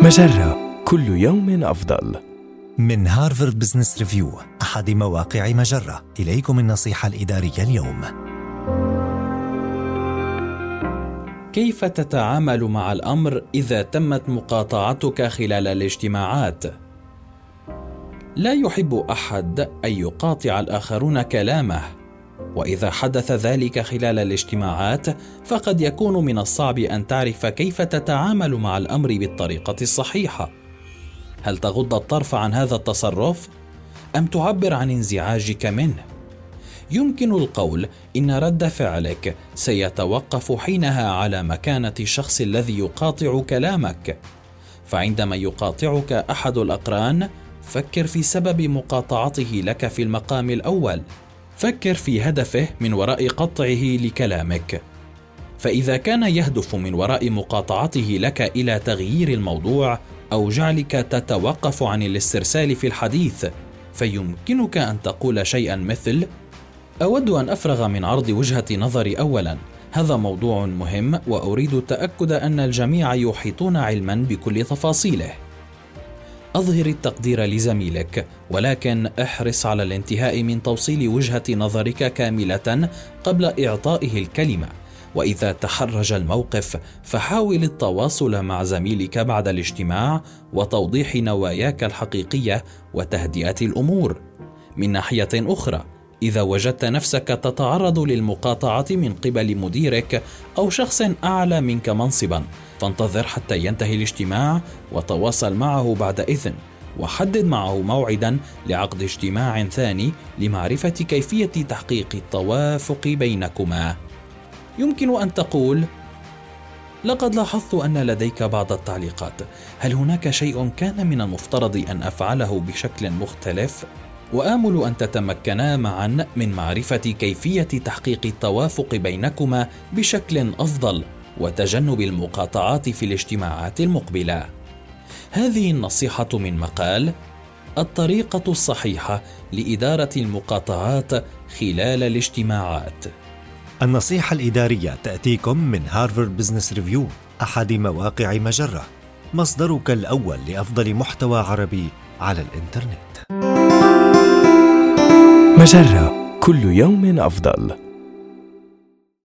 مجرة، كل يوم أفضل. من هارفارد بزنس ريفيو، أحد مواقع مجرة، إليكم النصيحة الإدارية اليوم. كيف تتعامل مع الأمر إذا تمت مقاطعتك خلال الاجتماعات؟ لا يحب أحد أن يقاطع الآخرون كلامه، وإذا حدث ذلك خلال الاجتماعات فقد يكون من الصعب أن تعرف كيف تتعامل مع الأمر بالطريقة الصحيحة. هل تغض الطرف عن هذا التصرف؟ أم تعبر عن انزعاجك منه؟ يمكن القول إن رد فعلك سيتوقف حينها على مكانة الشخص الذي يقاطع كلامك. فعندما يقاطعك أحد الأقران، فكر في سبب مقاطعته لك في المقام الأول. فكر في هدفه من وراء قطعه لكلامك. فإذا كان يهدف من وراء مقاطعته لك إلى تغيير الموضوع أو جعلك تتوقف عن الاسترسال في الحديث، فيمكنك أن تقول شيئا مثل: أود أن أفرغ من عرض وجهة نظري أولا، هذا موضوع مهم وأريد التأكد أن الجميع يحيطون علما بكل تفاصيله. أظهر التقدير لزميلك، ولكن احرص على الانتهاء من توصيل وجهة نظرك كاملة قبل إعطائه الكلمة. وإذا تحرج الموقف فحاول التواصل مع زميلك بعد الاجتماع وتوضيح نواياك الحقيقية وتهدئة الأمور. من ناحية أخرى، إذا وجدت نفسك تتعرض للمقاطعة من قبل مديرك أو شخص أعلى منك منصبا، فانتظر حتى ينتهي الاجتماع وتواصل معه بعد إذن، وحدد معه موعدا لعقد اجتماع ثاني لمعرفة كيفية تحقيق التوافق بينكما. يمكن أن تقول: لقد لاحظت أن لديك بعض التعليقات، هل هناك شيء كان من المفترض أن أفعله بشكل مختلف؟ وآمل أن تتمكنا معا من معرفة كيفية تحقيق التوافق بينكما بشكل أفضل وتجنب المقاطعات في الاجتماعات المقبلة. هذه النصيحة من مقال الطريقة الصحيحة لإدارة المقاطعات خلال الاجتماعات. النصيحة الإدارية تأتيكم من هارفارد بزنس ريفيو، أحد مواقع مجرة، مصدرك الأول لأفضل محتوى عربي على الإنترنت. مجرة، كل يوم أفضل.